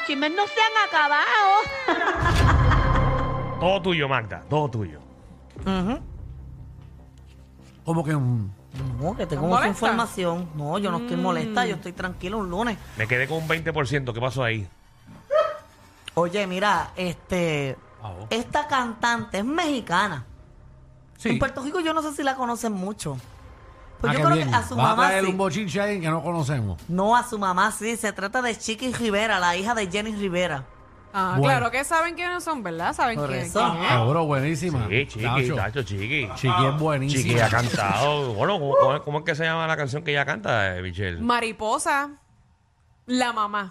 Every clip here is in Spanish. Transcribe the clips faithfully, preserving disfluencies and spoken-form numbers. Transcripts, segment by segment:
chismes no se han acabado. Todo tuyo, Magda, todo tuyo. Ujú. Como que un... No, que tengo ¿No mucha molesta? información. No, yo no estoy molesta, yo estoy tranquilo un lunes. Me quedé con un veinte por ciento. ¿Qué pasó ahí? Oye, mira, este... Ah, oh. Esta cantante es mexicana. En Sí. Puerto Rico yo no sé si la conocen mucho. Pues Ah, yo qué creo bien. que a su Vas mamá a traer sí. un bochinche ahí que no conocemos. No, a su mamá sí. Se trata de Chiqui Rivera, la hija de Jenny Rivera. Ah, Bueno. claro que saben quiénes son, ¿verdad? Saben Por quién, eso. quién es. Seguro, buenísima. Sí, Chiqui, Tacho. tacho, Chiqui. Chiqui es buenísima. Chiqui ha cantado. Bueno, ¿cómo, cómo- cómo es que se llama la canción que ella canta, eh, Michelle? Mariposa, la mamá.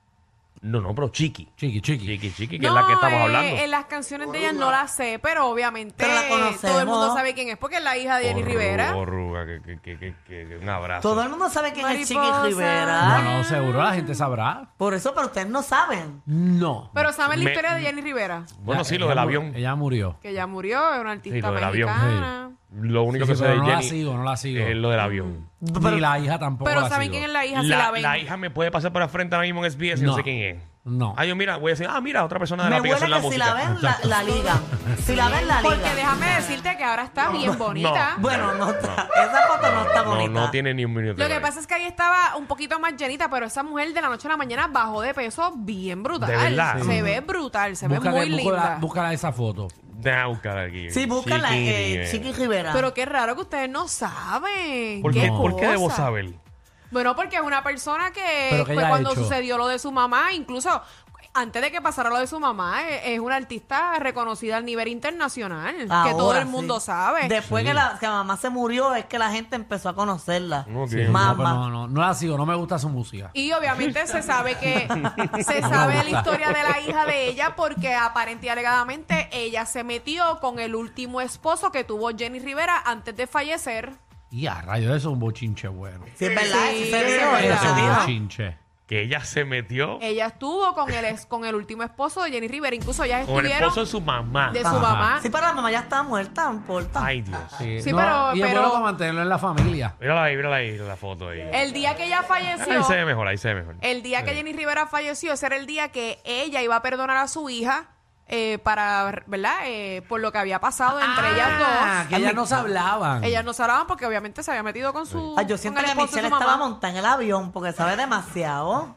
No, no, pero Chiqui. Chiqui, chiqui. Chiqui, Chiqui, que es la que estamos eh, hablando. En las canciones de ella no la sé, pero obviamente Pero la conocemos. todo el mundo sabe quién es, porque es la hija de Jenny Oh, Rivera. oh, Ruga, que, que, que, que, que- que un abrazo. Todo el mundo sabe quién es Chiqui Mariposa. Rivera. No, no, seguro la gente sabrá. Por eso, pero ustedes no saben. No. Pero ¿saben la Me- historia de Jenny Rivera? Bueno, Ya, sí, lo ella del mu- avión. Ella murió. Que ella murió, es una Sí, artista lo del avión. mexicana. Lo único Sí, que sí, sé pero de no la Jenny sigo, no la sigo. es lo del avión. Ni la hija tampoco Pero la ¿saben sigo. quién es la hija? Si La, la ven. la hija me puede pasar por la frente ahora mismo en S B S y no, No. sé quién es. No. Ah, yo mira, voy a decir, ah, mira, otra persona de Me la huele aplicación que de la si música. la ven, la, la ligan. Si la ven, la ligan. Porque déjame decirte que ahora está bien bonita. Bueno, no está. Esa foto no está No, bonita. no tiene ni un minuto. Lo que pasa es que ahí estaba un poquito más llenita, pero esa mujer de la noche a la mañana bajó de peso bien brutal. ¿De verdad? Se ve brutal, se ve Búscale- muy búscala- linda. Búscala esa foto. Deja buscar aquí. Sí, búscala, Chiqui, eh, eh. Chiqui Rivera. Pero qué raro que ustedes no saben. ¿Por qué, No. ¿Por qué debo cosa. saber? Bueno, porque es una persona que, ¿Pero qué pues, ella ha cuando hecho? sucedió lo de su mamá, incluso antes de que pasara lo de su mamá, es, es una artista reconocida a nivel internacional, que todo Ahora el mundo sí. sabe. Después Sí. que, la, que la mamá se murió, es que la gente empezó a conocerla. Ok. Sí, no, Mamá. pues no, no, no la sigo, no me gusta su música. Y obviamente se sabe que se No me sabe la gusta. historia de la hija de ella porque aparente y alegadamente ella se metió con el último esposo que tuvo Jenny Rivera antes de fallecer. Y a rayos, eso es un bochinche bueno. Sí, es verdad, Sí, eso se es dijo, verdad. eso Eso se es un dijo. bochinche. Que ella se metió Ella estuvo con el ex- con el último esposo de Jenny Rivera, incluso ellas con el estuvieron esposo de su mamá. de su Ajá. mamá. Sí, pero la mamá ya estaba muerta, no importa. Ay, Dios. Sí, Sí, no, pero- y es pero- bueno para mantenerlo en la familia. Mírala ahí, mírala ahí, la foto ahí. El día que ella falleció, Ahí se ve mejor, ahí se ve mejor. el día que Jenny Rivera falleció, ese era el día que ella iba a perdonar a su hija eh, para, ¿verdad? Eh, por lo que había pasado entre ellas Ah, dos. que ellas no se hablaban. Ellas no se hablaban porque obviamente se había metido con su Ay, yo con siento el que esposo de Michelle su estaba mamá. montada en el avión porque sabe demasiado.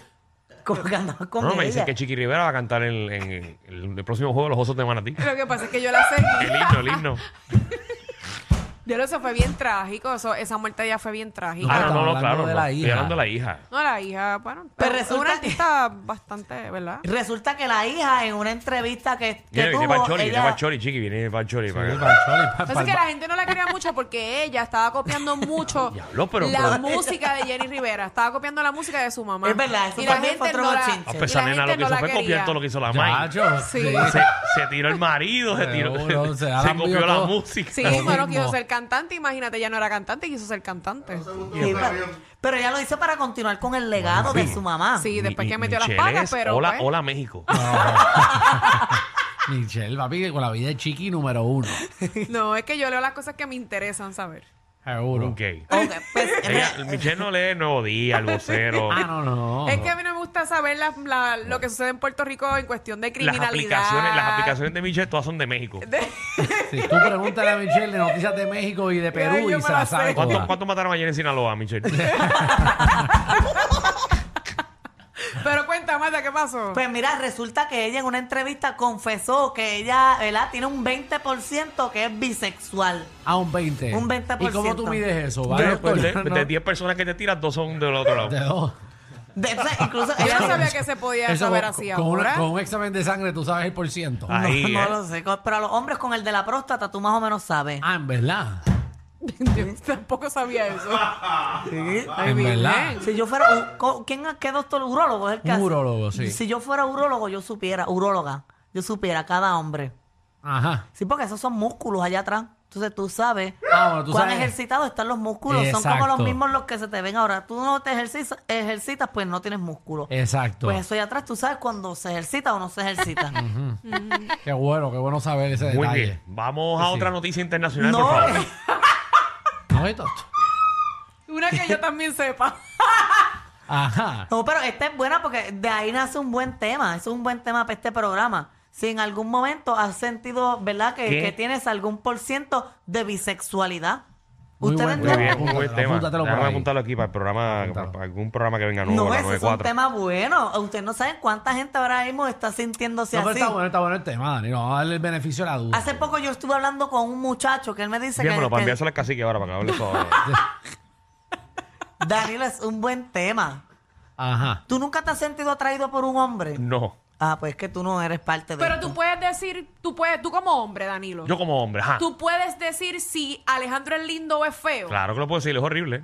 Como que andaba con No, ella. me dicen que Chiqui Rivera va a cantar en, en- en el, el próximo juego de los Osos de Manatí. Lo que pasa es que yo la seguí. El himno, el himno. Yo lo sé, fue bien trágico. Eso, esa muerte de ella fue bien trágica. Ah, no, estamos no, no, hablando claro. de no. la Estoy hija. hablando de la hija. No, la hija, bueno, Pero pero es resulta una que- artista bastante, ¿verdad? Resulta que la hija en una entrevista que, que Viene, viene tuvo, para el Chori, viene ella- para el Chori, Chiqui, viene para el Chori. Sí, para acá. para el choli, pa- Pasa pa- que la gente no la quería mucho porque ella estaba copiando mucho Diablo, pero- la pero- música de Jenny Rivera. Estaba copiando la música de su mamá. Es verdad, eso y la también fue gente otro no la, bochinche. Ah, y pues la esa nena gente lo que no hizo la fue quería. copiar todo lo que hizo la May. Chacho, Sí. Se, se tiró el marido, se tiró. Seguro, se Se, ha lambido copió la todo. música. Sí, Lo bueno, mismo. quiso ser cantante. Imagínate, ella no era cantante, quiso ser cantante. Sí, pero, pero ella lo hizo para continuar con el legado de su mamá. Sí, después Mi- que mi- metió las Michelle patas, es pero. Hola, pues, hola México. Michelle, papi, que con la vida de Chiqui número uno. No, es que yo leo las cosas que me interesan saber. Seguro. Ok. Ok, pues, Ella, Michelle no lee el Nuevo Día, el vocero. Ah, no, no. Es que a mí no me gusta saber la- la- lo que sucede en Puerto Rico en cuestión de Las criminalidad. aplicaciones, las aplicaciones de Michelle todas son de México. Si tú pregúntale a Michelle de noticias de México y de Perú Yo y me se la la sé. sabe ¿Cuántos toda. cuántos mataron ayer en Sinaloa, Michelle? Pero cuenta, Marta, ¿qué pasó? Pues mira, resulta que ella en una entrevista confesó que ella, ¿verdad? Tiene un veinte por ciento que es bisexual. A un veinte. Un veinte por ¿Y cómo tú ciento. mides eso? De, ¿Vale? pues, de- No. de diez personas que te tiras, dos son del otro lado. De dos. De, o sea, incluso Yo ella no sabía que se podía Eso saber con- así con, ahora. una- con un examen de sangre tú sabes el por ciento. Ah. Ahí, no, eh. no lo sé, co- pero a los hombres con el de la próstata tú más o menos sabes. Ah, en verdad. Yo tampoco sabía eso. Sí. Ay, En Virgen. verdad. Si yo fuera, u- co- ¿quién qué doctor? Urólogo es el que Un hace? urólogo, sí. Si yo fuera urólogo, yo supiera, uróloga, yo supiera cada hombre. Ajá. Sí, porque esos son músculos allá atrás. Entonces tú sabes Ah, bueno, tú cuán sabes. ejercitados están los músculos. Son como Exacto. los mismos los que se te ven ahora. Tú no te ejercitas, ejercitas, pues no tienes músculo. Exacto. Pues eso allá atrás tú sabes cuando se ejercita o no se ejercita. Qué bueno, qué bueno saber ese Muy detalle. bien. Vamos a Sí. otra noticia internacional, No, por favor. No, esto. Una que yo también sepa. Ajá. No, pero esta es buena porque de ahí nace un buen tema. Eso es un buen tema para este programa. Si en algún momento has sentido, ¿verdad? Que, ¿Qué? que tienes algún por ciento de bisexualidad. Muy Ustedes buen Muy no. bien, Apúntatelo, muy buen tema. apúntatelo por Déjame ahí. apuntarlo aquí para el programa, Apúntalo. para algún programa que venga nuevo, No, la ese es un noventa y cuatro. tema bueno. Ustedes no saben cuánta gente ahora mismo está sintiéndose No, pero así. está bueno, está bueno el tema, Dani. No, vamos a darle el beneficio de la duda. Hace poco yo estuve hablando con un muchacho que él me dice Dígamelo, que, para que enviárselo al cacique ahora, para que hable todo. Danilo es un buen tema. Ajá. ¿Tú nunca te has sentido atraído por un hombre? No. Ah, pues es que tú no eres parte de Pero esto. tú puedes decir, tú puedes, tú como hombre, Danilo, Yo como hombre, ajá. tú puedes decir si Alejandro es lindo o es feo. Claro que lo puedo decir, es horrible.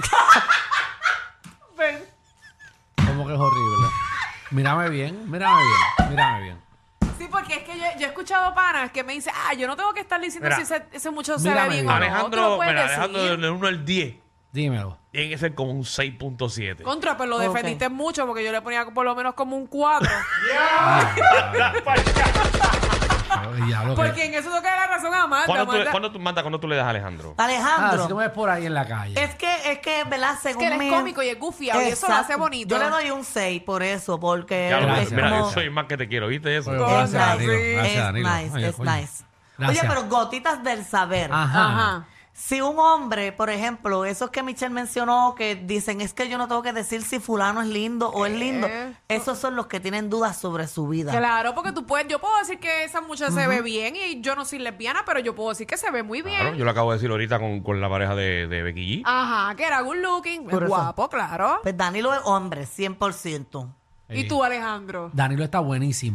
Ven. ¿Cómo que es horrible? Mírame bien, mírame bien, mírame bien. Sí, porque es que yo, yo he escuchado panas que me dicen, ah, yo no tengo que estar diciendo Mira, si ese, ese muchacho se ve mírame bien bien. o no. Tú Alejandro, lo puedes mira, decir. Alejandro del uno al diez Dímelo. tiene que ser como un seis punto siete. Contra, pero lo Ok. defendiste mucho porque yo le ponía por lo menos como un cuatro. Ay, diablo, que- Porque en eso tengo que dar la razón a Amanda. ¿Cuándo tú, Amanda- ¿cuándo tú, Manda, ¿cuándo tú le das a Alejandro? Ah, Alejandro, si tú me ves por ahí en la calle. es que, es que, ¿verdad? Es Según que él es mi- cómico y es gufiado y eso lo hace Exacto. bonito. Yo le doy un seis por eso, porque Ya lo Gracias, ves, mira, como- yo soy más que te quiero, ¿viste eso? Oye, Oh, gracias, nice. Danilo. Sí. Gracias, es Danilo. nice, Oye, es coño. nice. Gracias. Oye, pero gotitas del saber. Ajá. Ajá. Si un hombre, por ejemplo, esos que Michelle mencionó, que dicen es que yo no tengo que decir si fulano es lindo o es lindo, Eh. esos son los que tienen dudas sobre su vida. Claro, porque tú puedes, yo puedo decir que esa muchacha se ve bien y yo no soy lesbiana, pero yo puedo decir que se ve muy bien. Claro, yo lo acabo de decir ahorita con, con la pareja de, de Becky G. Ajá, que era good looking, Por es eso. guapo, claro. Pues Danilo es hombre, cien por ciento. ¿Y tú, Alejandro? Danilo está buenísimo.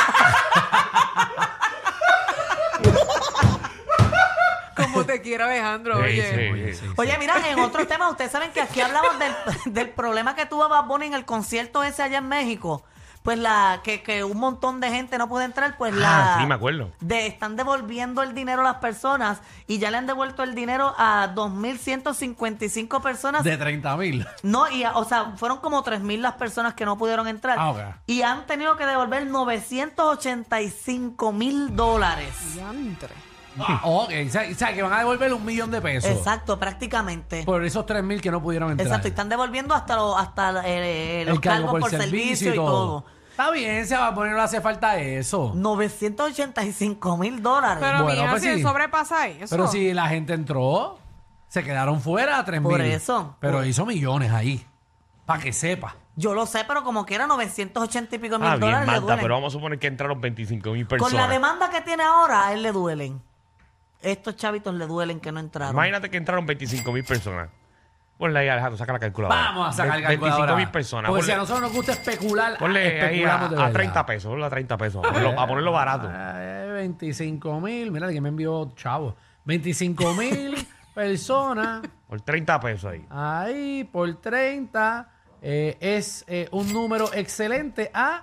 ¿Cómo te quiero, Alejandro? Sí, Oye. sí, Oye, sí. sí, Oye, sí. mira, en otros temas, ustedes saben que aquí hablamos del, del problema que tuvo Bad Bunny en el concierto ese allá en México. Pues la que, que un montón de gente no pudo entrar, pues la... Ah, sí, me acuerdo. De, están devolviendo el dinero a las personas y ya le han devuelto el dinero a dos mil ciento cincuenta y cinco personas. De treinta mil. No, y a- o sea, fueron como tres mil las personas que no pudieron entrar. Ah, ok. Y han tenido que devolver novecientos ochenta y cinco mil dólares. Diantre. Ah, ok, o sea, o sea, que van a devolver un millón de pesos. Exacto, prácticamente. Por esos tres mil que no pudieron entrar. Exacto, y están devolviendo hasta, lo- hasta eh, el los cargo cargos por, servicio, y todo. Está bien, se va a poner, no le hace falta eso. novecientos ochenta y cinco mil dólares. Pero Bueno, mira, pues si sí. sobrepasa eso. Pero si la gente entró, se quedaron fuera a tres mil. Por eso. Pero Por- hizo millones ahí. Para que sepa. Yo lo sé, pero como quiera, novecientos ochenta y pico mil Ah, bien, dólares le Marta, duelen. pero vamos a suponer que entraron veinticinco mil personas. Con la demanda que tiene ahora, a él le duelen. Estos chavitos le duelen que no entraron. Imagínate que entraron veinticinco mil personas. Ponle ahí, Alejandro, saca la calculadora. Vamos a sacar el Ve- veinticinco calculadora. mil personas. Porque Ponle, si a nosotros nos gusta especular, ponle ahí a, especulamos de a verdad. treinta pesos. Ponle a treinta pesos. A ponerlo, a ponerlo barato. Eh, veinticinco mil. Mira, que me envió chavo. veinticinco mil personas. Por treinta pesos ahí. Ahí por treinta. eh, es eh, un número excelente a...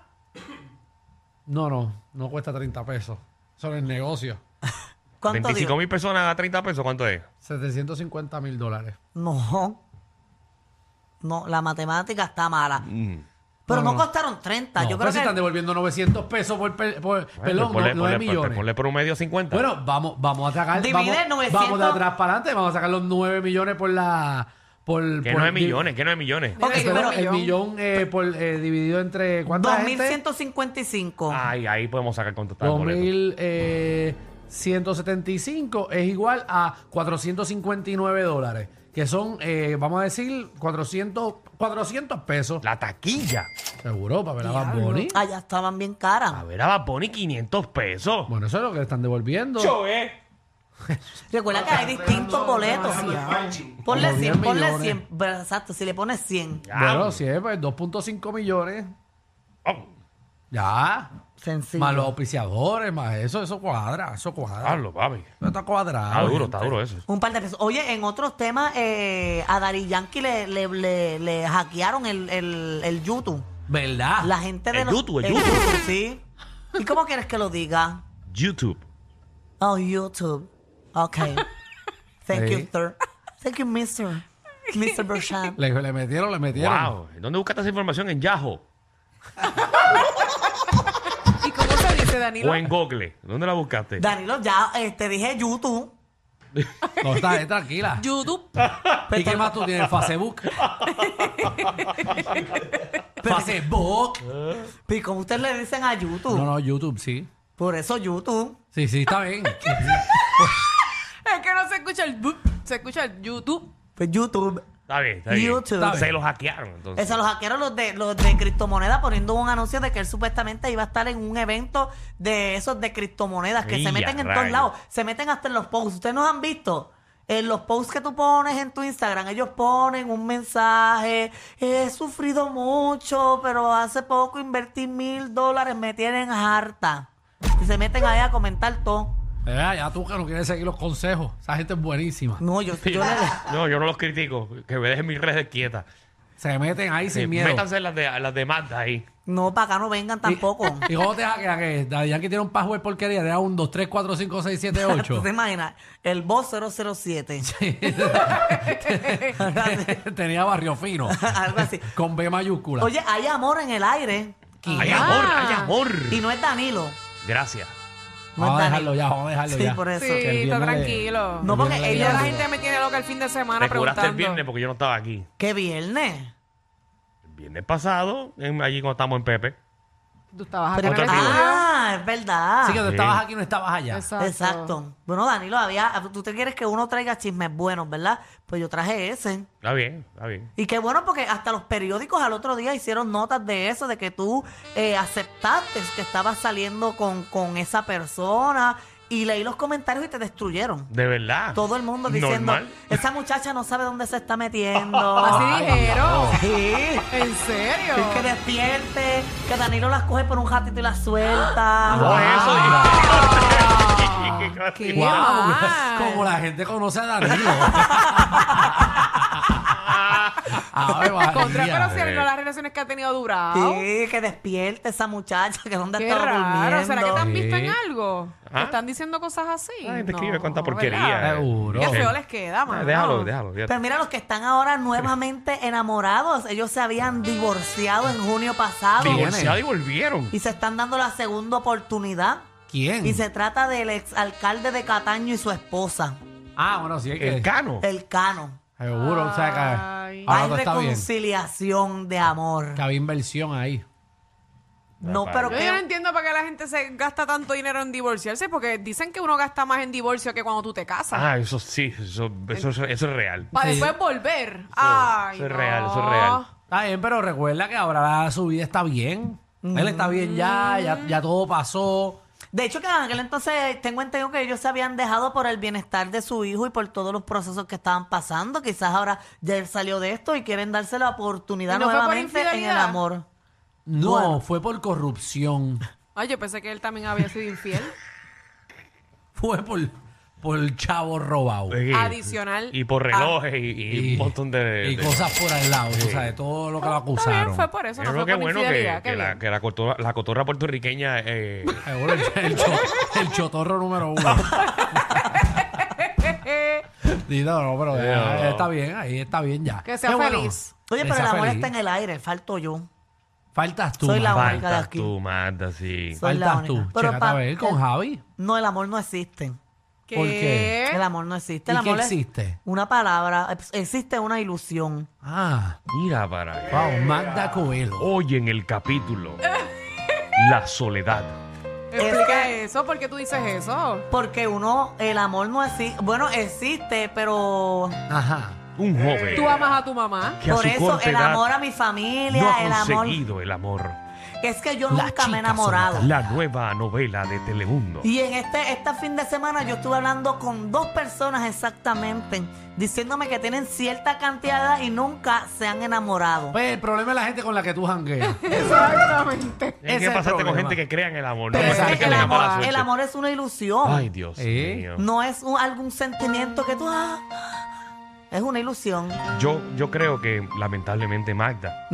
No, no. No cuesta treinta pesos. Eso no es negocio. ¿Cuánto veinticinco dio? mil personas a treinta pesos, ¿cuánto es? setecientos cincuenta mil dólares. No. No, la matemática está mala. Mm. Pero no, No, no. costaron treinta. No, Yo pero creo si que... están devolviendo novecientos pesos por... per- por- Bueno, perdón, ponle, no- nueve ponle- millones. ponle por un medio cincuenta. Bueno, vamos, vamos a sacar... Divide vamos, novecientos. vamos de atrás para adelante. Vamos a sacar los nueve millones por la... Por, que por- no es millones, que no es millones. Ok, Mira, pero- el millón eh, por, eh, dividido entre... ¿Cuánta dos mil gente? ciento cincuenta y cinco. Ahí, ahí podemos sacar cuánto está el dos boleto. mil ciento setenta y cinco es igual a cuatrocientos cincuenta y nueve dólares. Que son, eh, vamos a decir, cuatrocientos, cuatrocientos pesos. La taquilla. Seguro, para ver a Bad Diablo. Bunny. Allá estaban bien caras. A ver, a Bad Bunny quinientos pesos. Bueno, eso es lo que le están devolviendo. Choe. Recuerda que hay distintos boletos. Ponle Como cien, diez ponle millones. cien. Pero, exacto, si le pones cien. Bueno, sí, pues dos punto cinco millones. Oh, Ya. Sencillo. Más los auspiciadores, más eso, eso cuadra, eso cuadra. Pablo, papi. Eso está cuadrado. Está duro, gente. está duro eso. Un par de pesos. Oye, en otros temas, eh, a Daddy Yankee le, le, le, le hackearon el, el, el YouTube. ¿Verdad? La gente de El los... YouTube, el YouTube. sí. ¿Y cómo quieres que lo diga? YouTube. Oh, YouTube. Ok. Thank Sí. you, sir. Thank you, mister. mister Bersham. Le, le metieron, le metieron. Wow. ¿Dónde buscaste esa información? ¿En Yahoo? ¿Y cómo se dice, Danilo? ¿O en Google? ¿Dónde la buscaste? Danilo, ya eh, te dije YouTube. No, está bien, tranquila. YouTube. ¿Y qué más tú tienes? Facebook. Facebook. ¿Y cómo ustedes le dicen a YouTube? No, no, YouTube, sí. Por eso YouTube. Sí, sí, está bien. Es que no se escucha el bup, se escucha el YouTube. Pues YouTube. Está bien, está bien. YouTube. Está Se bien. lo hackearon, entonces. Eso, los hackearon los de, los de criptomonedas poniendo un anuncio de que él supuestamente iba a estar en un evento de esos de criptomonedas que Y se a meten en rayos. todos lados. Se meten hasta en los posts. ¿Ustedes nos han visto? En los posts que tú pones en tu Instagram, ellos ponen un mensaje. He sufrido mucho, pero hace poco invertí mil dólares, me tienen harta. Y se meten ahí a comentar todo. Eh, ya tú que no quieres seguir los consejos. Esa gente es buenísima. No, yo, Sí. yo le... No, yo no los critico. Que me dejen mis redes quietas. Se meten ahí sin Sí, miedo. métanse las de, las de Magda ahí. No, para acá no vengan tampoco. ¿Y cómo te hackean? Que Daddy Yankee tiene un password porquería. Era un dos tres cuatro cinco seis siete ¿Tú ocho. te imaginas? El boss cero cero siete. Tenía barrio fino. Algo así. Con B mayúscula. Oye, hay amor en el aire. Hay Ah. amor, hay amor. Y no es Danilo. Gracias. No Vamos a es dejarlo Danilo. ya, vamos a dejarlo Sí, ya. por eso. Sí, que el está viernes- tranquilo. No, porque el viernes- Y ya la ellos- gente me tiene loca el fin de semana Te curaste preguntando. el viernes porque yo no estaba aquí. ¿Qué viernes? El viernes pasado, en- allí cuando estamos en Pepe. Tú estabas Pero- acá en el Contra ti. estudio. ah, es verdad. Sí, que tú Sí. estabas aquí y no estabas allá. Exacto. Exacto. Bueno, Danilo, había, tú te quieres que uno traiga chismes buenos, ¿verdad? Pues yo traje ese. Está bien, está bien. Y qué bueno porque hasta los periódicos al otro día hicieron notas de eso, de que tú eh, aceptaste que estabas saliendo con, con esa persona. Y leí los comentarios y te destruyeron. De verdad. Todo el mundo diciendo, Normal. esa muchacha no sabe dónde se está metiendo. Así dijeron. Sí. ¿En serio? Que despierte, que Danilo las coge por un ratito y las suelta. No, eso. Ah, qué Wow, mal. como la gente conoce a Danilo. Ave María. Contra, pero si Eh. no las relaciones que ha tenido durado. Sí, que despierte esa muchacha que donde Qué estaba raro. durmiendo. ¿Será que te han visto Sí. en algo? ¿Te ¿Ah? están diciendo cosas así? La gente No, escribe cuánta ¿verdad? porquería. Seguro. Qué Sí. feo les queda, mano. Déjalo, déjalo. fíjate. Pero mira, los que están ahora nuevamente enamorados, ellos se habían divorciado en junio pasado Divorciados y volvieron. y se están dando la segunda oportunidad. ¿Quién? Y se trata del exalcalde de Cataño y su esposa, Ah, bueno, sí, es que. El Cano. el Cano. Seguro, o sea Ay. que. Ahora Hay todo está bien. reconciliación de amor. Que había inversión ahí. No, Papá. pero Yo que... no entiendo para qué la gente se gasta tanto dinero en divorciarse, porque dicen que uno gasta más en divorcio que cuando tú te casas. Ah, eso sí, eso, eso, eso, eso es real. Para Sí. después volver. Ay, eso es no. real, eso es real. Está bien, pero recuerda que ahora su vida está bien. Él está bien ya, ya, ya todo pasó. De hecho, que en aquel entonces tengo entendido que ellos se habían dejado por el bienestar de su hijo y por todos los procesos que estaban pasando. Quizás ahora ya él salió de esto y quieren darse la oportunidad ¿Y no fue por nuevamente en el infidelidad? amor. No, Bueno. fue por corrupción. Ay, yo pensé que él también había sido infiel. Fue por, por chavo robado. Sí. Adicional. Y por relojes y, y un montón de... y de- cosas por al lado, tú sabes, todo lo que lo Está bien, acusaron. fue por eso, Yo no creo fue que por bueno que, infidelidad. que Qué la, bien. que la, cotorra, la cotorra puertorriqueña... Eh, Seguro el, el cho- el chotorro número uno. Sí, no, no, pero ya, No. está bien, ahí está bien ya. Que sea Qué bueno. feliz. Oye, Que pero el sea amor feliz. está en el aire, falto yo. Faltas tú. Soy la Magda. única de faltas aquí. tú, Magda, sí. Soy la Faltas tú. única. Pero Chécate pa- a ver con el- Javi. No, el amor no existe. ¿Qué? ¿Por qué? El amor no existe. El ¿Y qué amor es existe? una palabra. Existe una ilusión. Ah, Mira para allá. wow, Magda Coelho. Hoy en el capítulo La soledad. Explica eso, ¿por qué tú dices eso? Porque uno, el amor no existe. Bueno, existe, pero Ajá. Un joven Tú amas a tu mamá. que a por su eso corta el edad amor a mi familia, no ha el amor. conseguido el amor. Es que yo La nunca me he chica enamorado. La nueva novela de Telemundo. Y en este, este fin de semana yo estuve hablando con dos personas exactamente, diciéndome que tienen cierta cantidad y nunca se han enamorado. Pues el problema es la gente con la que tú jangueas. Exactamente. Tienes ese que es el pasarte con problema. gente que crea en el amor. No Pero con es gente que que el le da mala amor, suerte. el amor es una ilusión. Ay, Dios ¿Eh? mío. No es un- algún sentimiento que tú... ah, es una ilusión. Yo, yo creo que, lamentablemente, Magda,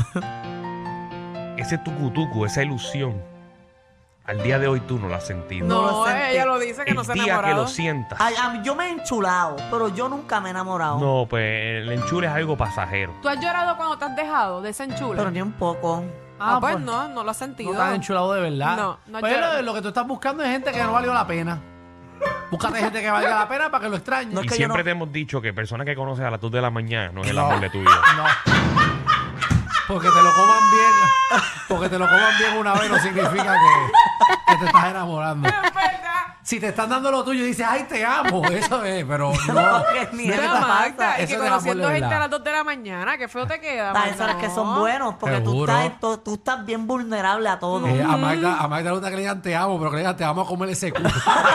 ese tucutucu, esa ilusión, al día de hoy tú no la has sentido. No No, lo sentí. ella lo dice que el no se ha día que enamorado. lo sientas. Ay, a mí- yo me he enchulado, pero yo nunca me he enamorado. No, pues el enchule es algo pasajero. ¿Tú has llorado cuando te has dejado de ese enchule? Pero ni un poco. Ah, pues no, no lo has sentido. No estás enchulado de verdad. No, no Pues lloro. lo, lo que tú estás buscando es gente que no valió la pena. Búscate gente que valga la pena para que lo extrañe. No, Y es que yo siempre no- te hemos dicho que personas que conoces a las dos de la mañana no es el No. amor de tu vida. No. Porque te lo coman bien, porque te lo coman bien una vez no significa que, que te estás enamorando. Es verdad. Si te están dando lo tuyo y dices, ay, te amo, eso es, pero no. que ni no eso es- Mira, te Magda, pasa. y Eso que no es amor conociendo de gente verdad. a las dos de la mañana, qué feo te queda. Hay Magda, personas que no. son buenos porque tú Seguro. estás, en to- tú estás bien vulnerable a todo. Eh, a Magda, a Magda le gusta que le digan te amo, pero que le digan te amo a comer ese culo.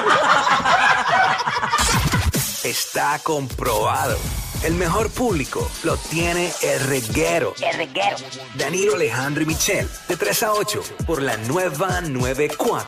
Está comprobado. El mejor público lo tiene el reguero. El reguero. Danilo, Alejandro y Michel, de tres a ocho, por la nueva noventa y cuatro.